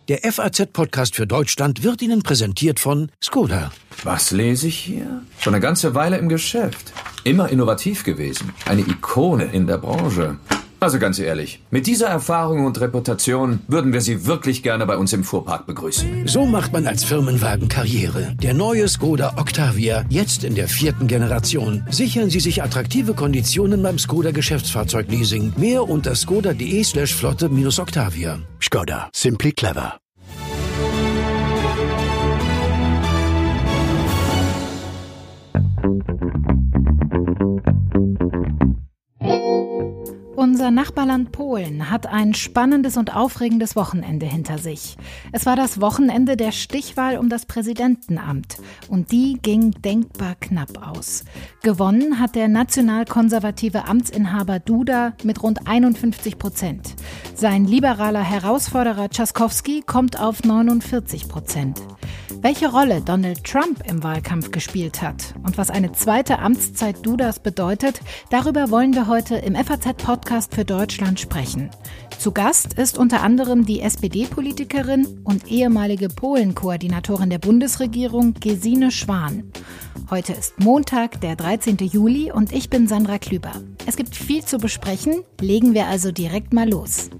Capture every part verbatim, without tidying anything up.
Der F A Z-Podcast für Deutschland wird Ihnen präsentiert von Skoda. Was lese ich hier? Schon eine ganze Weile im Geschäft. Immer innovativ gewesen. Eine Ikone in der Branche. Also ganz ehrlich, mit dieser Erfahrung und Reputation würden wir Sie wirklich gerne bei uns im Fuhrpark begrüßen. So macht man als Firmenwagen Karriere. Der neue Skoda Octavia, jetzt in der vierten Generation. Sichern Sie sich attraktive Konditionen beim Skoda Geschäftsfahrzeugleasing. Mehr unter skoda.de slash flotte minus Octavia. Skoda. Simply clever. Unser Nachbarland Polen hat ein spannendes und aufregendes Wochenende hinter sich. Es war das Wochenende der Stichwahl um das Präsidentenamt und die ging denkbar knapp aus. Gewonnen hat der nationalkonservative Amtsinhaber Duda mit rund einundfünfzig Prozent. Sein liberaler Herausforderer Trzaskowski kommt auf neunundvierzig Prozent. Welche Rolle Donald Trump im Wahlkampf gespielt hat und was eine zweite Amtszeit Dudas bedeutet, darüber wollen wir heute im F A Z-Podcast für Deutschland sprechen. Zu Gast ist unter anderem die S P D-Politikerin und ehemalige Polen-Koordinatorin der Bundesregierung Gesine Schwan. Heute ist Montag, der dreizehnten Juli und ich bin Sandra Klüber. Es gibt viel zu besprechen, legen wir also direkt mal los.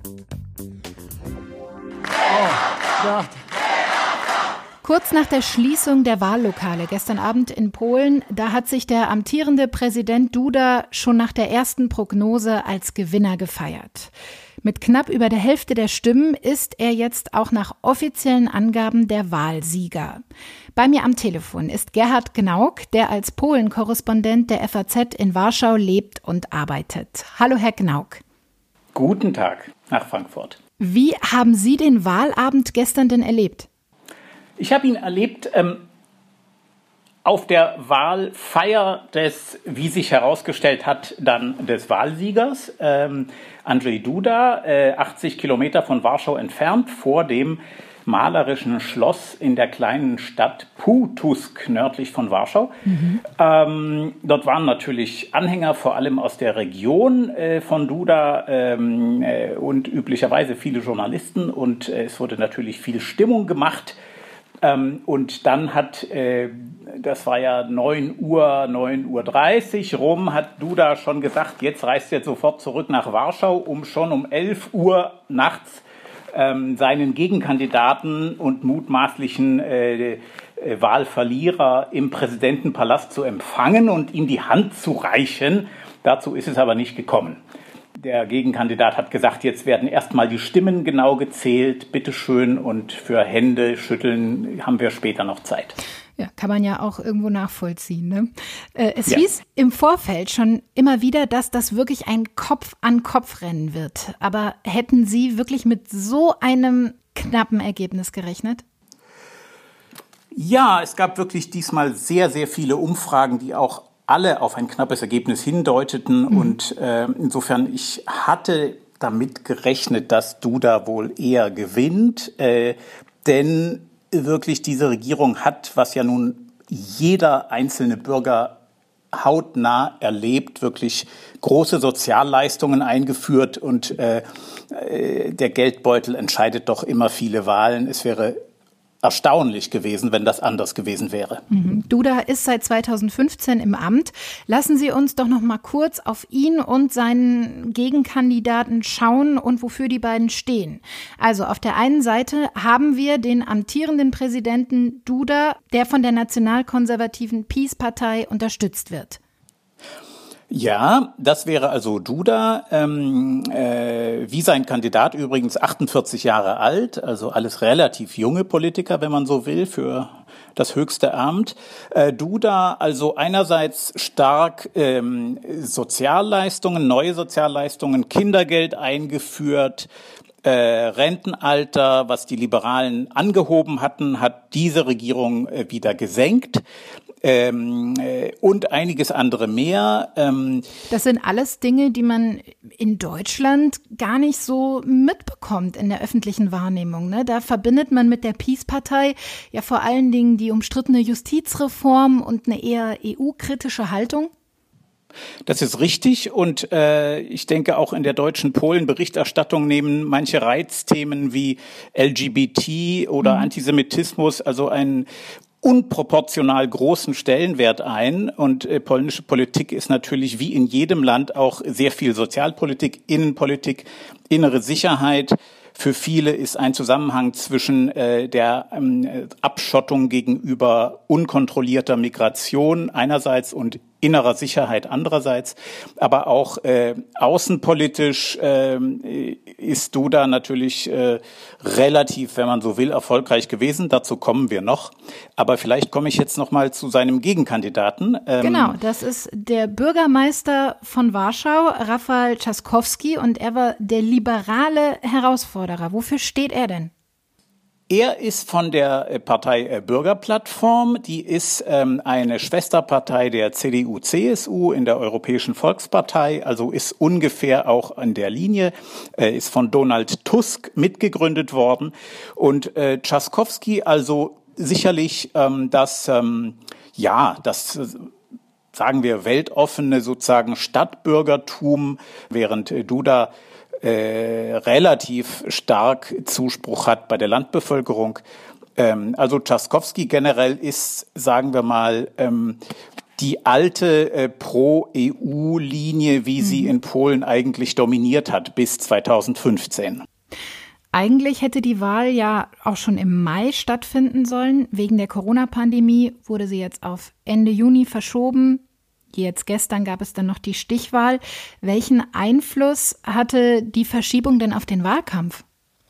Oh Gott. Kurz nach der Schließung der Wahllokale gestern Abend in Polen, da hat sich der amtierende Präsident Duda schon nach der ersten Prognose als Gewinner gefeiert. Mit knapp über der Hälfte der Stimmen ist er jetzt auch nach offiziellen Angaben der Wahlsieger. Bei mir am Telefon ist Gerhard Gnauk, der als Polen-Korrespondent der F A Z in Warschau lebt und arbeitet. Hallo, Herr Gnauk. Guten Tag nach Frankfurt. Wie haben Sie den Wahlabend gestern denn erlebt? Ich habe ihn erlebt ähm, auf der Wahlfeier des, wie sich herausgestellt hat, dann des Wahlsiegers, ähm, Andrzej Duda, äh, achtzig Kilometer von Warschau entfernt, vor dem malerischen Schloss in der kleinen Stadt Putusk, nördlich von Warschau. Mhm. Ähm, dort waren natürlich Anhänger, vor allem aus der Region äh, von Duda ähm, äh, und üblicherweise viele Journalisten. Und äh, es wurde natürlich viel Stimmung gemacht. Ähm, und dann hat, äh, das war ja neun Uhr, neun Uhr dreißig rum, hat Duda schon gesagt, jetzt reist er sofort zurück nach Warschau, um schon um elf Uhr nachts ähm, seinen Gegenkandidaten und mutmaßlichen äh, äh, Wahlverlierer im Präsidentenpalast zu empfangen und ihm die Hand zu reichen. Dazu ist es aber nicht gekommen. Der Gegenkandidat hat gesagt, jetzt werden erstmal die Stimmen genau gezählt, bitteschön, und für Hände schütteln haben wir später noch Zeit. Ja, kann man ja auch irgendwo nachvollziehen, ne? Äh, es ja. hieß im Vorfeld schon immer wieder, dass das wirklich ein Kopf-an-Kopf-Rennen wird. Aber hätten Sie wirklich mit so einem knappen Ergebnis gerechnet? Ja, es gab wirklich diesmal sehr, sehr viele Umfragen, die auch alle auf ein knappes Ergebnis hindeuteten. Mhm. Und äh, insofern, ich hatte damit gerechnet, dass Duda wohl eher gewinnt. Äh, denn wirklich diese Regierung hat, was ja nun jeder einzelne Bürger hautnah erlebt, wirklich große Sozialleistungen eingeführt. Und äh, äh, der Geldbeutel entscheidet doch immer viele Wahlen. Es wäre erstaunlich gewesen, wenn das anders gewesen wäre. Mhm. Duda ist seit zweitausendfünfzehn im Amt. Lassen Sie uns doch noch mal kurz auf ihn und seinen Gegenkandidaten schauen und wofür die beiden stehen. Also auf der einen Seite haben wir den amtierenden Präsidenten Duda, der von der nationalkonservativen PiS-Partei unterstützt wird. Ja, das wäre also Duda, ähm, äh, wie sein Kandidat übrigens achtundvierzig Jahre alt, also alles relativ junge Politiker, wenn man so will, für das höchste Amt. Äh, Duda also einerseits stark ähm, Sozialleistungen, neue Sozialleistungen, Kindergeld eingeführt, äh, Rentenalter, was die Liberalen angehoben hatten, hat diese Regierung äh, wieder gesenkt. Ähm, äh, und einiges andere mehr. Ähm, das sind alles Dinge, die man in Deutschland gar nicht so mitbekommt in der öffentlichen Wahrnehmung, ne? Da verbindet man mit der PiS-Partei ja vor allen Dingen die umstrittene Justizreform und eine eher E U-kritische Haltung. Das ist richtig und äh, ich denke auch in der deutschen Polen-Berichterstattung nehmen manche Reizthemen wie L G B T oder mhm. Antisemitismus also einen unproportional großen Stellenwert ein und äh, polnische Politik ist natürlich wie in jedem Land auch sehr viel Sozialpolitik, Innenpolitik, innere Sicherheit. Für viele ist ein Zusammenhang zwischen äh, der ähm, Abschottung gegenüber unkontrollierter Migration einerseits und innerer Sicherheit andererseits, aber auch äh, außenpolitisch äh, ist Duda natürlich äh, relativ, wenn man so will, erfolgreich gewesen. Dazu kommen wir noch. Aber vielleicht komme ich jetzt noch mal zu seinem Gegenkandidaten. Ähm genau, das ist der Bürgermeister von Warschau, Rafał Trzaskowski, und er war der liberale Herausforderer. Wofür steht er denn? Er ist von der Partei Bürgerplattform, die ist ähm, eine Schwesterpartei der C D U C S U in der Europäischen Volkspartei, also ist ungefähr auch an der Linie, äh, ist von Donald Tusk mitgegründet worden. Und äh, Trzaskowski also sicherlich ähm, das, ähm, ja, das äh, sagen wir weltoffene sozusagen Stadtbürgertum, während äh, Duda Äh, relativ stark Zuspruch hat bei der Landbevölkerung. Ähm, also Trzaskowski generell ist, sagen wir mal, ähm, die alte äh, Pro-E U-Linie, wie mhm. sie in Polen eigentlich dominiert hat bis zweitausendfünfzehn. Eigentlich hätte die Wahl ja auch schon im Mai stattfinden sollen. Wegen der Corona-Pandemie wurde sie jetzt auf Ende Juni verschoben. Jetzt gestern gab es dann noch die Stichwahl. Welchen Einfluss hatte die Verschiebung denn auf den Wahlkampf?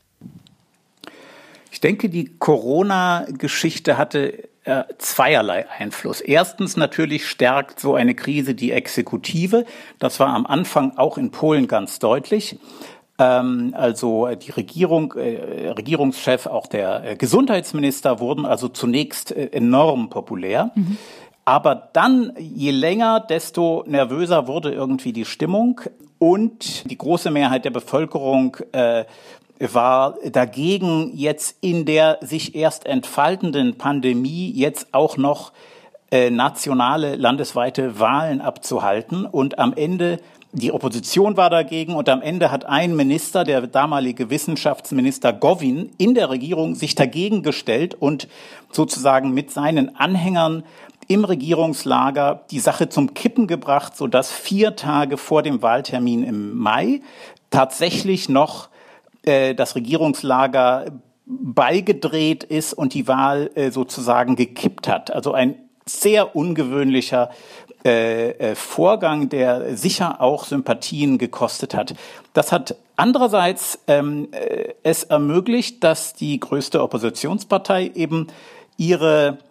Ich denke, die Corona-Geschichte hatte äh, zweierlei Einfluss. Erstens natürlich stärkt so eine Krise die Exekutive. Das war am Anfang auch in Polen ganz deutlich. Ähm, also die Regierung, äh, Regierungschef, auch der äh, Gesundheitsminister wurden also zunächst äh, enorm populär. Mhm. Aber dann, je länger, desto nervöser wurde irgendwie die Stimmung und die große Mehrheit der Bevölkerung äh, war dagegen, jetzt in der sich erst entfaltenden Pandemie jetzt auch noch äh, nationale, landesweite Wahlen abzuhalten. Und am Ende, die Opposition war dagegen und am Ende hat ein Minister, der damalige Wissenschaftsminister Gowin, in der Regierung sich dagegen gestellt und sozusagen mit seinen Anhängern im Regierungslager die Sache zum Kippen gebracht, sodass vier Tage vor dem Wahltermin im Mai tatsächlich noch äh, das Regierungslager beigedreht ist und die Wahl äh, sozusagen gekippt hat. Also ein sehr ungewöhnlicher äh, äh, Vorgang, der sicher auch Sympathien gekostet hat. Das hat andererseits ähm, äh, es ermöglicht, dass die größte Oppositionspartei eben ihre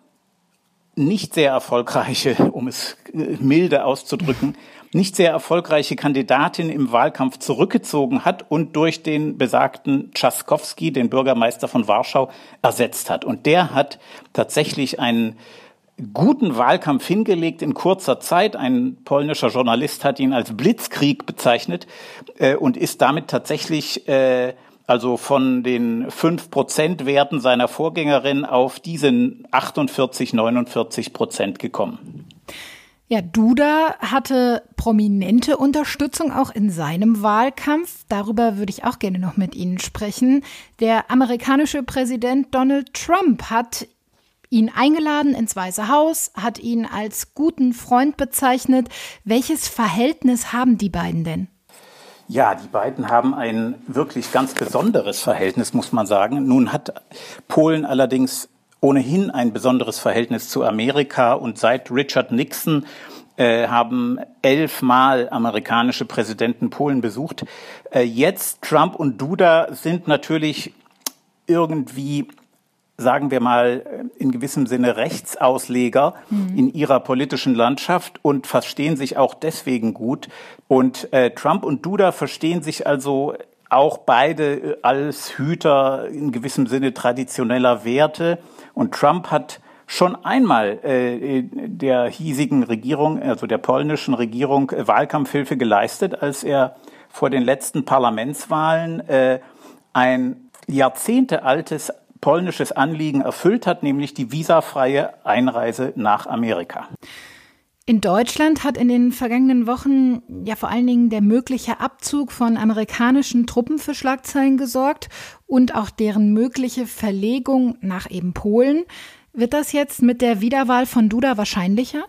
nicht sehr erfolgreiche, um es milde auszudrücken, nicht sehr erfolgreiche Kandidatin im Wahlkampf zurückgezogen hat und durch den besagten Trzaskowski, den Bürgermeister von Warschau, ersetzt hat. Und der hat tatsächlich einen guten Wahlkampf hingelegt in kurzer Zeit. Ein polnischer Journalist hat ihn als Blitzkrieg bezeichnet äh, und ist damit tatsächlich äh, also von den fünf Prozent Werten seiner Vorgängerin auf diese achtundvierzig, neunundvierzig Prozent gekommen. Ja, Duda hatte prominente Unterstützung auch in seinem Wahlkampf. Darüber würde ich auch gerne noch mit Ihnen sprechen. Der amerikanische Präsident Donald Trump hat ihn eingeladen ins Weiße Haus, hat ihn als guten Freund bezeichnet. Welches Verhältnis haben die beiden denn? Ja, die beiden haben ein wirklich ganz besonderes Verhältnis, muss man sagen. Nun hat Polen allerdings ohnehin ein besonderes Verhältnis zu Amerika und seit Richard Nixon äh, haben elfmal amerikanische Präsidenten Polen besucht. Äh, jetzt Trump und Duda sind natürlich irgendwie, sagen wir mal, in gewissem Sinne Rechtsausleger mhm. in ihrer politischen Landschaft und verstehen sich auch deswegen gut. Und äh, Trump und Duda verstehen sich also auch beide als Hüter in gewissem Sinne traditioneller Werte. Und Trump hat schon einmal äh, der hiesigen Regierung, also der polnischen Regierung, äh, Wahlkampfhilfe geleistet, als er vor den letzten Parlamentswahlen äh, ein jahrzehntealtes polnisches Anliegen erfüllt hat, nämlich die visafreie Einreise nach Amerika. In Deutschland hat in den vergangenen Wochen ja vor allen Dingen der mögliche Abzug von amerikanischen Truppen für Schlagzeilen gesorgt und auch deren mögliche Verlegung nach eben Polen. Wird das jetzt mit der Wiederwahl von Duda wahrscheinlicher?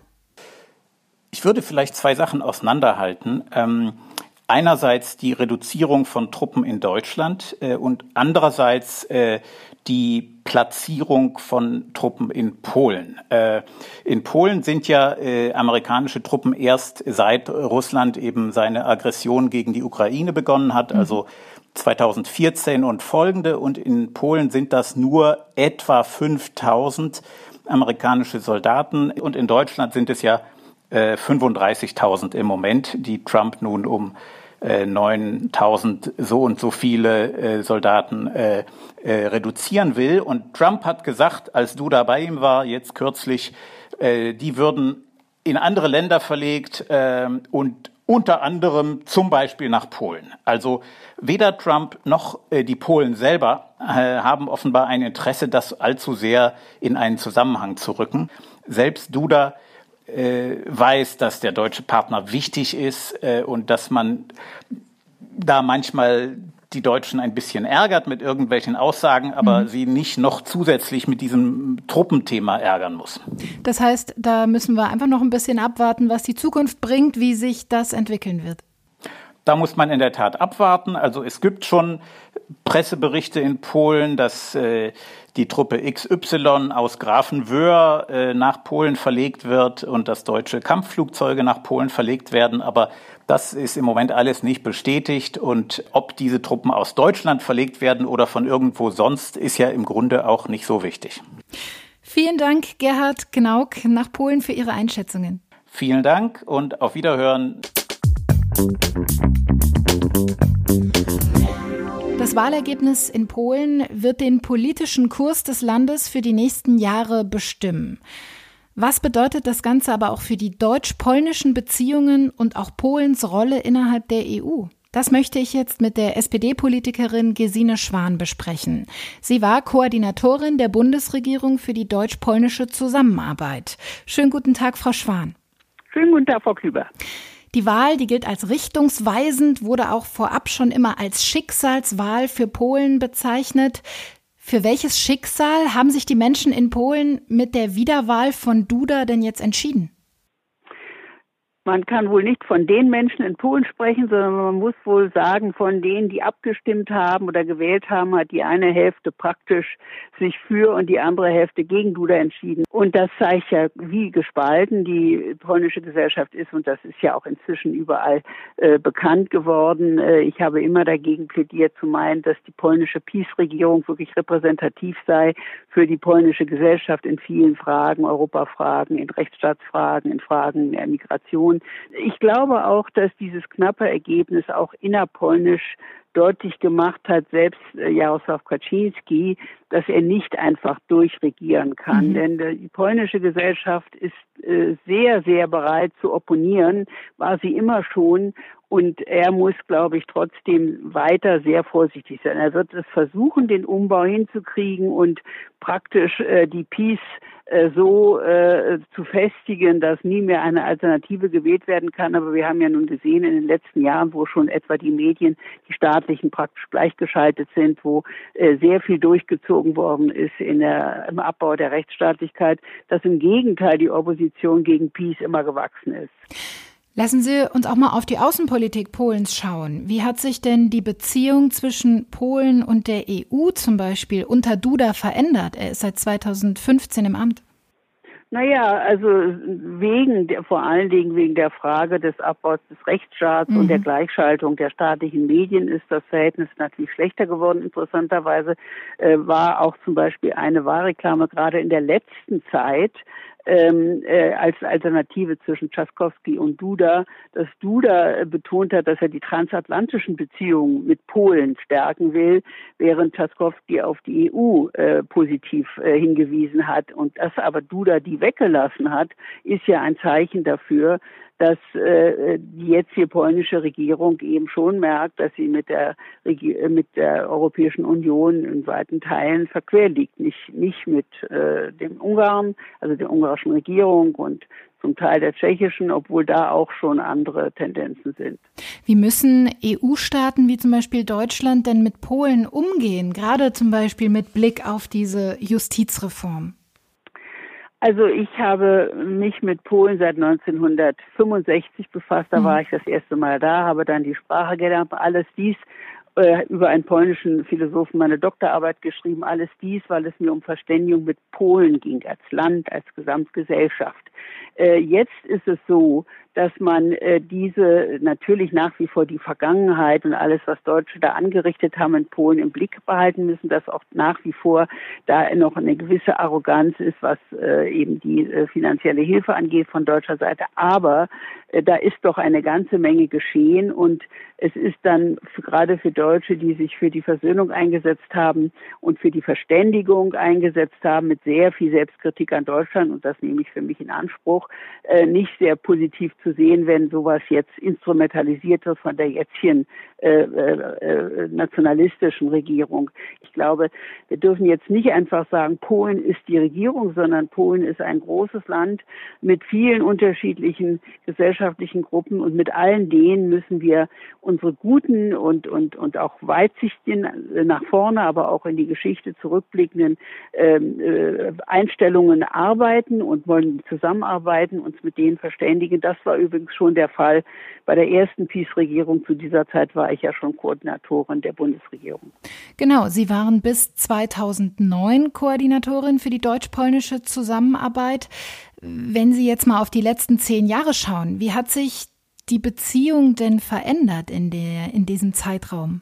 Ich würde vielleicht zwei Sachen auseinanderhalten. Ähm, einerseits die Reduzierung von Truppen in Deutschland äh, und andererseits äh, die Platzierung von Truppen in Polen. Äh, in Polen sind ja äh, amerikanische Truppen erst seit Russland eben seine Aggression gegen die Ukraine begonnen hat, mhm. also zweitausendvierzehn und folgende. Und in Polen sind das nur etwa fünftausend amerikanische Soldaten. Und in Deutschland sind es ja äh, fünfunddreißigtausend im Moment, die Trump nun um äh, neuntausend so und so viele äh, Soldaten äh, äh, reduzieren will. Und Trump hat gesagt, als Duda bei ihm war, jetzt kürzlich, äh, die würden in andere Länder verlegt äh, und unter anderem zum Beispiel nach Polen. Also weder Trump noch äh, die Polen selber äh, haben offenbar ein Interesse, das allzu sehr in einen Zusammenhang zu rücken. Selbst Duda äh, weiß, dass der deutsche Partner wichtig ist äh, und dass man da manchmal die Deutschen ein bisschen ärgert mit irgendwelchen Aussagen, aber mhm. sie nicht noch zusätzlich mit diesem Truppenthema ärgern muss. Das heißt, da müssen wir einfach noch ein bisschen abwarten, was die Zukunft bringt, wie sich das entwickeln wird. Da muss man in der Tat abwarten. Also es gibt schon Presseberichte in Polen, dass äh, die Truppe X Y aus Grafenwöhr äh, nach Polen verlegt wird und dass deutsche Kampfflugzeuge nach Polen verlegt werden. Aber das ist im Moment alles nicht bestätigt. Und ob diese Truppen aus Deutschland verlegt werden oder von irgendwo sonst, ist ja im Grunde auch nicht so wichtig. Vielen Dank, Gerhard Knauk, nach Polen für Ihre Einschätzungen. Vielen Dank und auf Wiederhören. Das Wahlergebnis in Polen wird den politischen Kurs des Landes für die nächsten Jahre bestimmen. Was bedeutet das Ganze aber auch für die deutsch-polnischen Beziehungen und auch Polens Rolle innerhalb der E U? Das möchte ich jetzt mit der S P D-Politikerin Gesine Schwan besprechen. Sie war Koordinatorin der Bundesregierung für die deutsch-polnische Zusammenarbeit. Schönen guten Tag, Frau Schwan. Schönen guten Tag, Frau Klüber. Die Wahl, die gilt als richtungsweisend, wurde auch vorab schon immer als Schicksalswahl für Polen bezeichnet. Für welches Schicksal haben sich die Menschen in Polen mit der Wiederwahl von Duda denn jetzt entschieden? Man kann wohl nicht von den Menschen in Polen sprechen, sondern man muss wohl sagen, von denen, die abgestimmt haben oder gewählt haben, hat die eine Hälfte praktisch sich für und die andere Hälfte gegen Duda entschieden. Und das zeigt ja, wie gespalten die polnische Gesellschaft ist. Und das ist ja auch inzwischen überall äh, bekannt geworden. Äh, ich habe immer dagegen plädiert zu meinen, dass die polnische PiS-Regierung wirklich repräsentativ sei für die polnische Gesellschaft in vielen Fragen, Europafragen, in Rechtsstaatsfragen, in Fragen der Migration. Ich glaube auch, dass dieses knappe Ergebnis auch innerpolnisch deutlich gemacht hat, selbst Jarosław Kaczyński, dass er nicht einfach durchregieren kann. Mhm. Denn die polnische Gesellschaft ist sehr, sehr bereit zu opponieren, war sie immer schon. Und er muss, glaube ich, trotzdem weiter sehr vorsichtig sein. Er wird es versuchen, den Umbau hinzukriegen und praktisch äh, die PiS äh, so äh, zu festigen, dass nie mehr eine Alternative gewählt werden kann. Aber wir haben ja nun gesehen in den letzten Jahren, wo schon etwa die Medien, die staatlichen, praktisch gleichgeschaltet sind, wo äh, sehr viel durchgezogen worden ist in der, im Abbau der Rechtsstaatlichkeit, dass im Gegenteil die Opposition gegen PiS immer gewachsen ist. Lassen Sie uns auch mal auf die Außenpolitik Polens schauen. Wie hat sich denn die Beziehung zwischen Polen und der E U zum Beispiel unter Duda verändert? Er ist seit zweitausendfünfzehn im Amt. Naja, also wegen der, vor allen Dingen wegen der Frage des Abbaus des Rechtsstaats mhm. und der Gleichschaltung der staatlichen Medien ist das Verhältnis natürlich schlechter geworden. Interessanterweise äh, war auch zum Beispiel eine Wahlreklame gerade in der letzten Zeit Ähm, äh, als Alternative zwischen Trzaskowski und Duda, dass Duda äh, betont hat, dass er die transatlantischen Beziehungen mit Polen stärken will, während Trzaskowski auf die E U äh, positiv äh, hingewiesen hat. Und dass aber Duda die weggelassen hat, ist ja ein Zeichen dafür, dass äh, die jetzige polnische Regierung eben schon merkt, dass sie mit der Regi- mit der Europäischen Union in weiten Teilen verquer liegt. Nicht, nicht mit äh, dem Ungarn, also der ungarischen Regierung und zum Teil der tschechischen, obwohl da auch schon andere Tendenzen sind. Wie müssen E U-Staaten wie zum Beispiel Deutschland denn mit Polen umgehen, gerade zum Beispiel mit Blick auf diese Justizreform? Also ich habe mich mit Polen seit neunzehnhundertfünfundsechzig befasst, da war ich das erste Mal da, habe dann die Sprache gelernt, alles dies äh, über einen polnischen Philosophen meine Doktorarbeit geschrieben, alles dies, weil es mir um Verständigung mit Polen ging, als Land, als Gesamtgesellschaft. Äh, jetzt ist es so, dass man äh, diese natürlich nach wie vor die Vergangenheit und alles, was Deutsche da angerichtet haben in Polen, im Blick behalten müssen, dass auch nach wie vor da noch eine gewisse Arroganz ist, was äh, eben die äh, finanzielle Hilfe angeht von deutscher Seite. Aber äh, da ist doch eine ganze Menge geschehen und es ist dann für, gerade für Deutsche, die sich für die Versöhnung eingesetzt haben und für die Verständigung eingesetzt haben, mit sehr viel Selbstkritik an Deutschland, und das nehme ich für mich in Anspruch, äh, nicht sehr positiv zu sehen, wenn sowas jetzt instrumentalisiert wird von der jetzigen äh, äh, nationalistischen Regierung. Ich glaube, wir dürfen jetzt nicht einfach sagen, Polen ist die Regierung, sondern Polen ist ein großes Land mit vielen unterschiedlichen gesellschaftlichen Gruppen und mit allen denen müssen wir unsere guten und und und auch weitsichtigen nach vorne, aber auch in die Geschichte zurückblickenden ähm, äh, Einstellungen arbeiten und wollen zusammenarbeiten, uns mit denen verständigen. Das war übrigens schon der Fall bei der ersten PiS-Regierung. Zu dieser Zeit war ich ja schon Koordinatorin der Bundesregierung. Genau, Sie waren bis zweitausendneun Koordinatorin für die deutsch-polnische Zusammenarbeit. Wenn Sie jetzt mal auf die letzten zehn Jahre schauen, wie hat sich die Beziehung denn verändert in der, in diesem Zeitraum?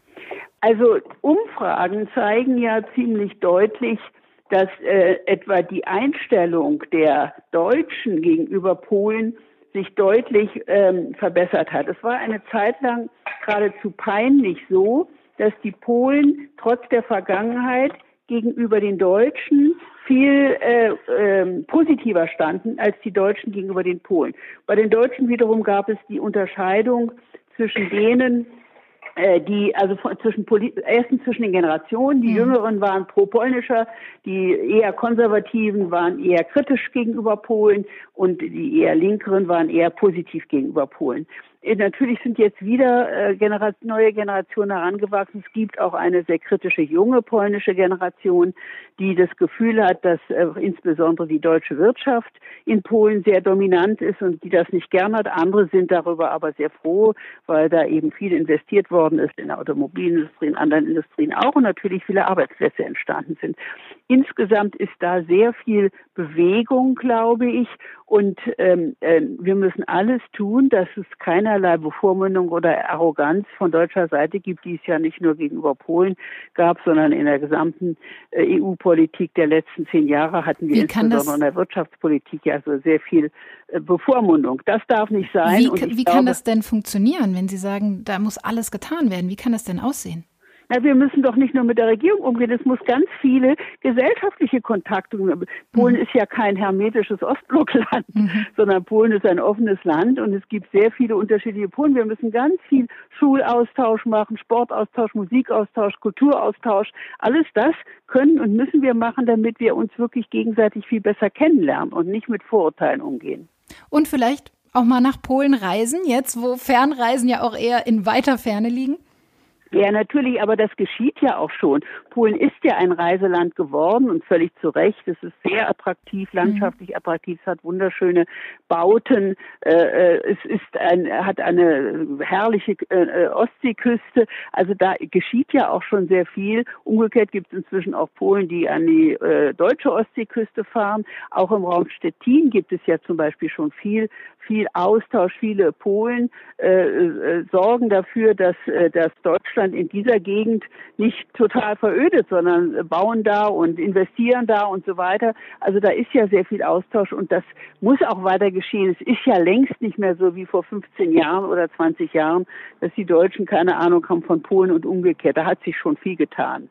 Also Umfragen zeigen ja ziemlich deutlich, dass äh, etwa die Einstellung der Deutschen gegenüber Polen sich deutlich ähm, verbessert hat. Es war eine Zeit lang geradezu peinlich so, dass die Polen trotz der Vergangenheit gegenüber den Deutschen viel äh, äh, positiver standen als die Deutschen gegenüber den Polen. Bei den Deutschen wiederum gab es die Unterscheidung zwischen denen, äh, die also von, zwischen Poli- erstens zwischen den Generationen. Die mhm. Jüngeren waren pro-polnischer, die eher Konservativen waren eher kritisch gegenüber Polen und die eher Linkeren waren eher positiv gegenüber Polen. Natürlich sind jetzt wieder äh, Genera- neue Generationen herangewachsen. Es gibt auch eine sehr kritische junge polnische Generation, die das Gefühl hat, dass äh, insbesondere die deutsche Wirtschaft in Polen sehr dominant ist und die das nicht gern hat. Andere sind darüber aber sehr froh, weil da eben viel investiert worden ist in der Automobilindustrie, in anderen Industrien auch und natürlich viele Arbeitsplätze entstanden sind. Insgesamt ist da sehr viel Bewegung, glaube ich, und ähm, äh, wir müssen alles tun, dass es keinerlei Bevormundung oder Arroganz von deutscher Seite gibt, die es ja nicht nur gegenüber Polen gab, sondern in der gesamten äh, E U-Politik der letzten zehn Jahre hatten wir insbesondere in der Wirtschaftspolitik ja so sehr viel äh, Bevormundung. Das darf nicht sein. Wie, und wie glaube, kann das denn funktionieren, wenn Sie sagen, da muss alles getan werden? Wie kann das denn aussehen? Na, wir müssen doch nicht nur mit der Regierung umgehen, es muss ganz viele gesellschaftliche Kontakte geben. Polen mhm. ist ja kein hermetisches Ostblockland, mhm. sondern Polen ist ein offenes Land und es gibt sehr viele unterschiedliche Polen. Wir müssen ganz viel Schulaustausch machen, Sportaustausch, Musikaustausch, Kulturaustausch. Alles das können und müssen wir machen, damit wir uns wirklich gegenseitig viel besser kennenlernen und nicht mit Vorurteilen umgehen. Und vielleicht auch mal nach Polen reisen, jetzt wo Fernreisen ja auch eher in weiter Ferne liegen? Ja, natürlich, aber das geschieht ja auch schon. Polen ist ja ein Reiseland geworden und völlig zu Recht. Es ist sehr attraktiv, landschaftlich attraktiv, es hat wunderschöne Bauten, äh, es ist ein, hat eine herrliche äh, Ostseeküste. Also da geschieht ja auch schon sehr viel. Umgekehrt gibt es inzwischen auch Polen, die an die äh, deutsche Ostseeküste fahren. Auch im Raum Stettin gibt es ja zum Beispiel schon viel, viel Austausch. Viele Polen äh, äh, sorgen dafür, dass, äh, dass Deutschland in dieser Gegend nicht total verödet, sondern bauen da und investieren da und so weiter. Also da ist ja sehr viel Austausch und das muss auch weiter geschehen. Es ist ja längst nicht mehr so wie vor fünfzehn Jahren oder zwanzig Jahren, dass die Deutschen keine Ahnung haben von Polen und umgekehrt. Da hat sich schon viel getan.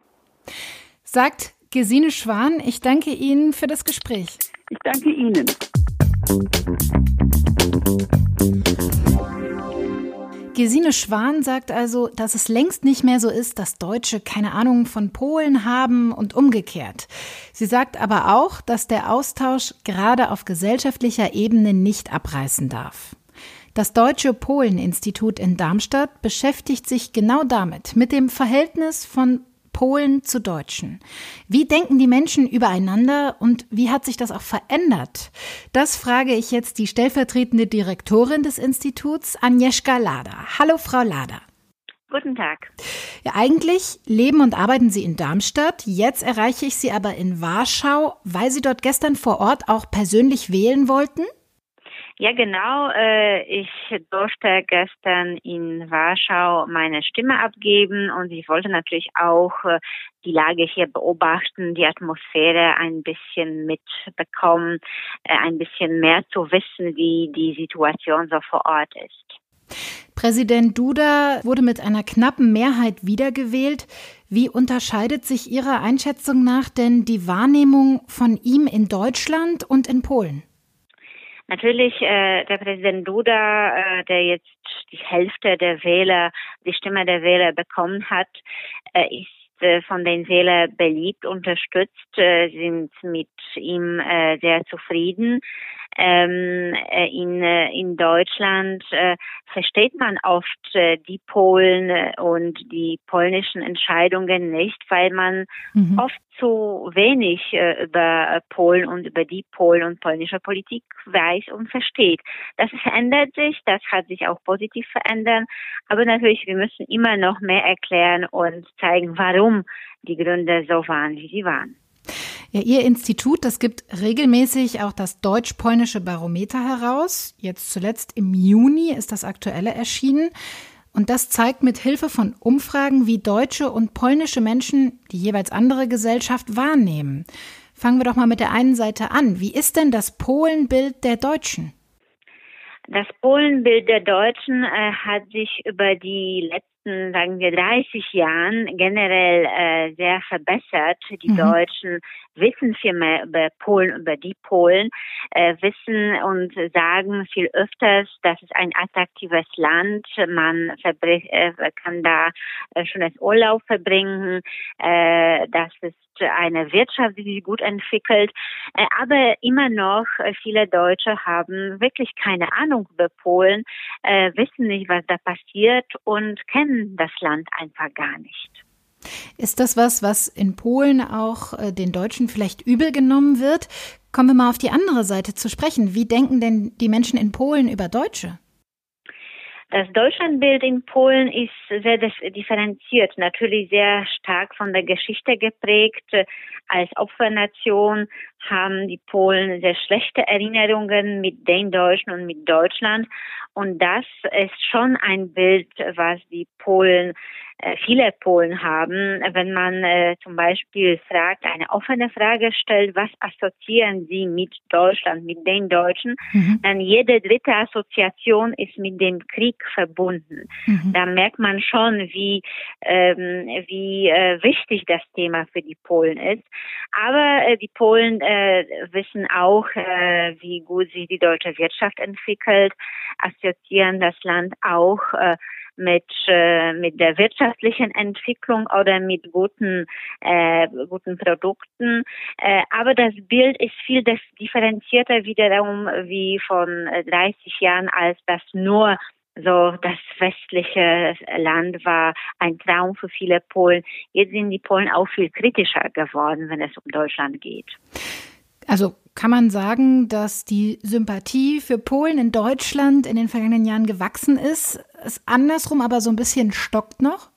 Sagt Gesine Schwan, ich danke Ihnen für das Gespräch. Ich danke Ihnen. Gesine Schwan sagt also, dass es längst nicht mehr so ist, dass Deutsche keine Ahnung von Polen haben und umgekehrt. Sie sagt aber auch, dass der Austausch gerade auf gesellschaftlicher Ebene nicht abreißen darf. Das Deutsche Polen-Institut in Darmstadt beschäftigt sich genau damit, mit dem Verhältnis von Polen zu Deutschen. Wie denken die Menschen übereinander und wie hat sich das auch verändert? Das frage ich jetzt die stellvertretende Direktorin des Instituts, Agnieszka Lada. Hallo, Frau Lada. Guten Tag. Ja, eigentlich leben und arbeiten Sie in Darmstadt. Jetzt erreiche ich Sie aber in Warschau, weil Sie dort gestern vor Ort auch persönlich wählen wollten? Ja, genau. Ich durfte gestern in Warschau meine Stimme abgeben und ich wollte natürlich auch die Lage hier beobachten, die Atmosphäre ein bisschen mitbekommen, ein bisschen mehr zu wissen, wie die Situation so vor Ort ist. Präsident Duda wurde mit einer knappen Mehrheit wiedergewählt. Wie unterscheidet sich Ihrer Einschätzung nach denn die Wahrnehmung von ihm in Deutschland und in Polen? Natürlich, äh, der Präsident Duda, äh, der jetzt die Hälfte der Wähler, die Stimme der Wähler bekommen hat, äh, ist äh, von den Wählern beliebt, unterstützt, äh, sind mit ihm äh, sehr zufrieden. Ähm, äh, in, äh, in Deutschland äh, versteht man oft äh, die Polen äh, und die polnischen Entscheidungen nicht, weil man mhm. oft zu wenig äh, über Polen und über die Polen und polnische Politik weiß und versteht. Das verändert sich, das hat sich auch positiv verändert, aber natürlich, wir müssen immer noch mehr erklären und zeigen, warum die Gründe so waren, wie sie waren. Ja, Ihr Institut, das gibt regelmäßig auch das deutsch-polnische Barometer heraus. Jetzt zuletzt im Juni ist das aktuelle erschienen. Und das zeigt mit Hilfe von Umfragen, wie deutsche und polnische Menschen die jeweils andere Gesellschaft wahrnehmen. Fangen wir doch mal mit der einen Seite an. Wie ist denn das Polenbild der Deutschen? Das Polenbild der Deutschen äh, hat sich über die letzten, sagen wir, dreißig Jahren generell äh, sehr verbessert. Die mhm. Deutschen wissen viel mehr über Polen, über die Polen, äh, wissen und sagen viel öfters, das ist ein attraktives Land, man verbr- äh, kann da äh, schönes Urlaub verbringen, äh, das ist eine Wirtschaft, die sich gut entwickelt. Äh, aber immer noch äh, viele Deutsche haben wirklich keine Ahnung über Polen, äh, wissen nicht, was da passiert und kennen das Land einfach gar nicht. Ist das was, was in Polen auch äh, den Deutschen vielleicht übel genommen wird? Kommen wir mal auf die andere Seite zu sprechen. Wie denken denn die Menschen in Polen über Deutsche? Das Deutschlandbild in Polen ist sehr differenziert, natürlich sehr stark von der Geschichte geprägt. Als Opfernation haben die Polen sehr schlechte Erinnerungen mit den Deutschen und mit Deutschland. Und das ist schon ein Bild, was die Polen, äh, viele Polen haben. Wenn man äh, zum Beispiel fragt, eine offene Frage stellt, was assoziieren Sie mit Deutschland, mit den Deutschen, mhm. dann jede dritte Assoziation ist mit dem Krieg verbunden. Mhm. Da merkt man schon, wie, ähm, wie äh, wichtig das Thema für die Polen ist. Aber äh, die Polen äh, wissen auch, äh, wie gut sich die deutsche Wirtschaft entwickelt, assoziieren das Land auch äh, mit äh, mit der wirtschaftlichen Entwicklung oder mit guten äh, guten Produkten. Äh, aber das Bild ist viel differenzierter wiederum wie von dreißig Jahren, als das nur so das westliche Land war, ein Traum für viele Polen. Jetzt sind die Polen auch viel kritischer geworden, wenn es um Deutschland geht. Also kann man sagen, dass die Sympathie für Polen in Deutschland in den vergangenen Jahren gewachsen ist, es andersrum aber so ein bisschen stockt noch?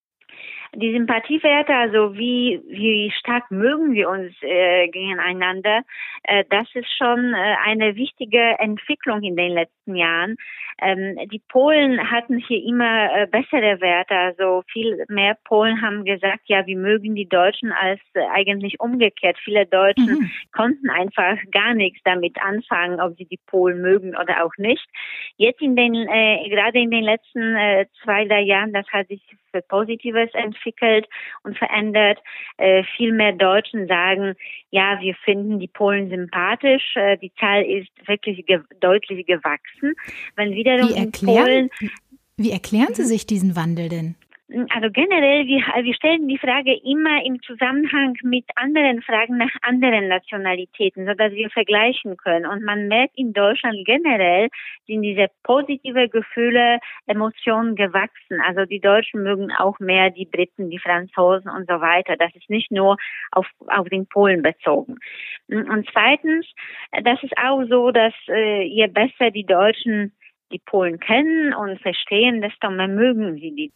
Die Sympathiewerte, also wie wie stark mögen wir uns äh, gegeneinander, äh, das ist schon äh, eine wichtige Entwicklung in den letzten Jahren. Ähm, die Polen hatten hier immer äh, bessere Werte, also viel mehr Polen haben gesagt, ja, wir mögen die Deutschen als äh, eigentlich umgekehrt. Viele Deutschen mhm. konnten einfach gar nichts damit anfangen, ob sie die Polen mögen oder auch nicht. Jetzt in den äh, gerade in den letzten äh, zwei, drei Jahren, das hat sich für Positives entwickelt und verändert. Äh, viel mehr Deutschen sagen, ja, wir finden die Polen sympathisch. Äh, die Zahl ist wirklich ge- deutlich gewachsen. Wenn wiederum wie erklären, in Polen Wie erklären Sie sich diesen Wandel denn? Also generell, wir, wir stellen die Frage immer im Zusammenhang mit anderen Fragen nach anderen Nationalitäten, sodass wir vergleichen können. Und man merkt in Deutschland generell sind diese positive Gefühle, Emotionen gewachsen. Also die Deutschen mögen auch mehr die Briten, die Franzosen und so weiter. Das ist nicht nur auf, auf den Polen bezogen. Und zweitens, das ist auch so, dass äh, je besser die Deutschen die Polen kennen und verstehen, desto mehr mögen sie die.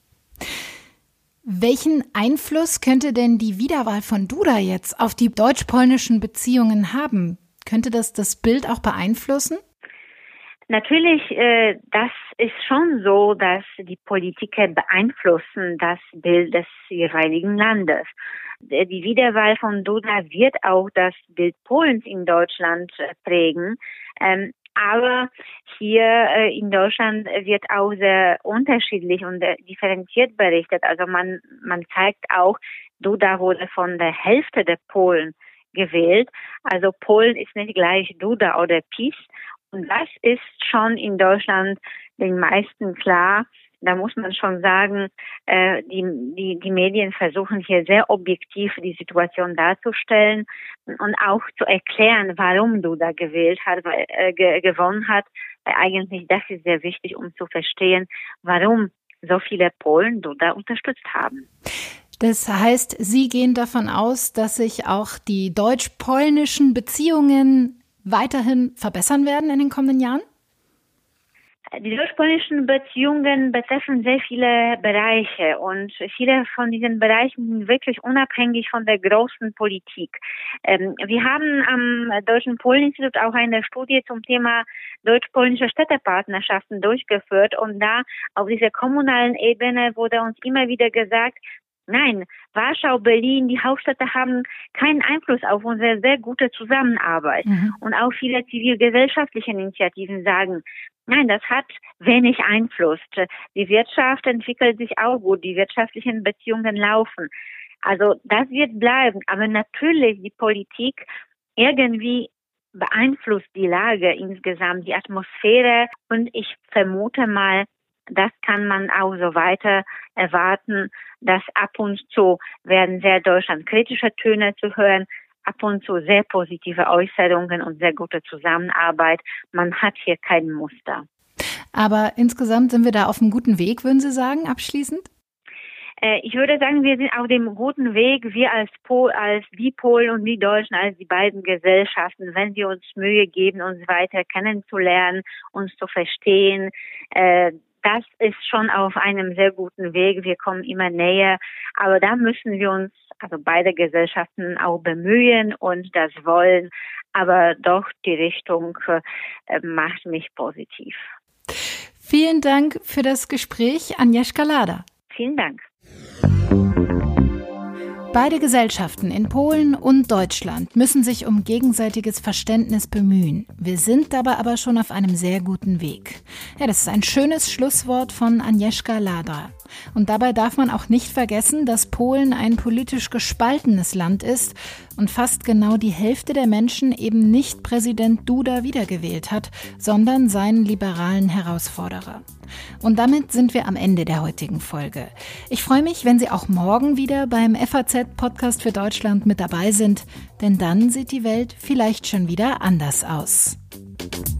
Welchen Einfluss könnte denn die Wiederwahl von Duda jetzt auf die deutsch-polnischen Beziehungen haben? Könnte das das Bild auch beeinflussen? Natürlich, äh, das ist schon so, dass die Politiker beeinflussen das Bild des jeweiligen Landes. Die Wiederwahl von Duda wird auch das Bild Polens in Deutschland äh, prägen. Ähm, Aber hier äh, in Deutschland wird auch sehr unterschiedlich und äh, differenziert berichtet. Also man man zeigt auch, Duda wurde von der Hälfte der Polen gewählt. Also Polen ist nicht gleich Duda oder PiS. Und das ist schon in Deutschland den meisten klar. Da muss man schon sagen, äh, die, die, die Medien versuchen hier sehr objektiv die Situation darzustellen und auch zu erklären, warum Duda gewählt hat, weil, äh, ge- gewonnen hat. Weil eigentlich das ist sehr wichtig, um zu verstehen, warum so viele Polen Duda unterstützt haben. Das heißt, Sie gehen davon aus, dass sich auch die deutsch-polnischen Beziehungen weiterhin verbessern werden in den kommenden Jahren? Die deutsch-polnischen Beziehungen betreffen sehr viele Bereiche und viele von diesen Bereichen sind wirklich unabhängig von der großen Politik. Ähm, wir haben am Deutschen Polen-Institut auch eine Studie zum Thema deutsch-polnische Städtepartnerschaften durchgeführt und da auf dieser kommunalen Ebene wurde uns immer wieder gesagt, nein, Warschau, Berlin, die Hauptstädte haben keinen Einfluss auf unsere sehr gute Zusammenarbeit. Mhm. Und auch viele zivilgesellschaftliche Initiativen sagen, nein, das hat wenig Einfluss. Die Wirtschaft entwickelt sich auch gut, die wirtschaftlichen Beziehungen laufen. Also das wird bleiben. Aber natürlich die Politik irgendwie beeinflusst die Lage insgesamt, die Atmosphäre. Und ich vermute mal, das kann man auch so weiter erwarten, dass ab und zu werden sehr deutschlandkritische Töne zu hören, ab und zu sehr positive Äußerungen und sehr gute Zusammenarbeit. Man hat hier kein Muster. Aber insgesamt sind wir da auf einem guten Weg, würden Sie sagen, abschließend? Äh, ich würde sagen, wir sind auf dem guten Weg, wir als Pol, als die Polen und die Deutschen, als die beiden Gesellschaften, wenn wir uns Mühe geben, uns weiter kennenzulernen, uns zu verstehen, äh, das ist schon auf einem sehr guten Weg. Wir kommen immer näher. Aber da müssen wir uns, also beide Gesellschaften, auch bemühen und das wollen. Aber doch, die Richtung äh, macht mich positiv. Vielen Dank für das Gespräch, Agnieszka Lada. Vielen Dank. Beide Gesellschaften in Polen und Deutschland müssen sich um gegenseitiges Verständnis bemühen. Wir sind dabei aber schon auf einem sehr guten Weg. Ja, das ist ein schönes Schlusswort von Agnieszka Lada. Und dabei darf man auch nicht vergessen, dass Polen ein politisch gespaltenes Land ist und fast genau die Hälfte der Menschen eben nicht Präsident Duda wiedergewählt hat, sondern seinen liberalen Herausforderer. Und damit sind wir am Ende der heutigen Folge. Ich freue mich, wenn Sie auch morgen wieder beim F A Z-Podcast für Deutschland mit dabei sind, denn dann sieht die Welt vielleicht schon wieder anders aus.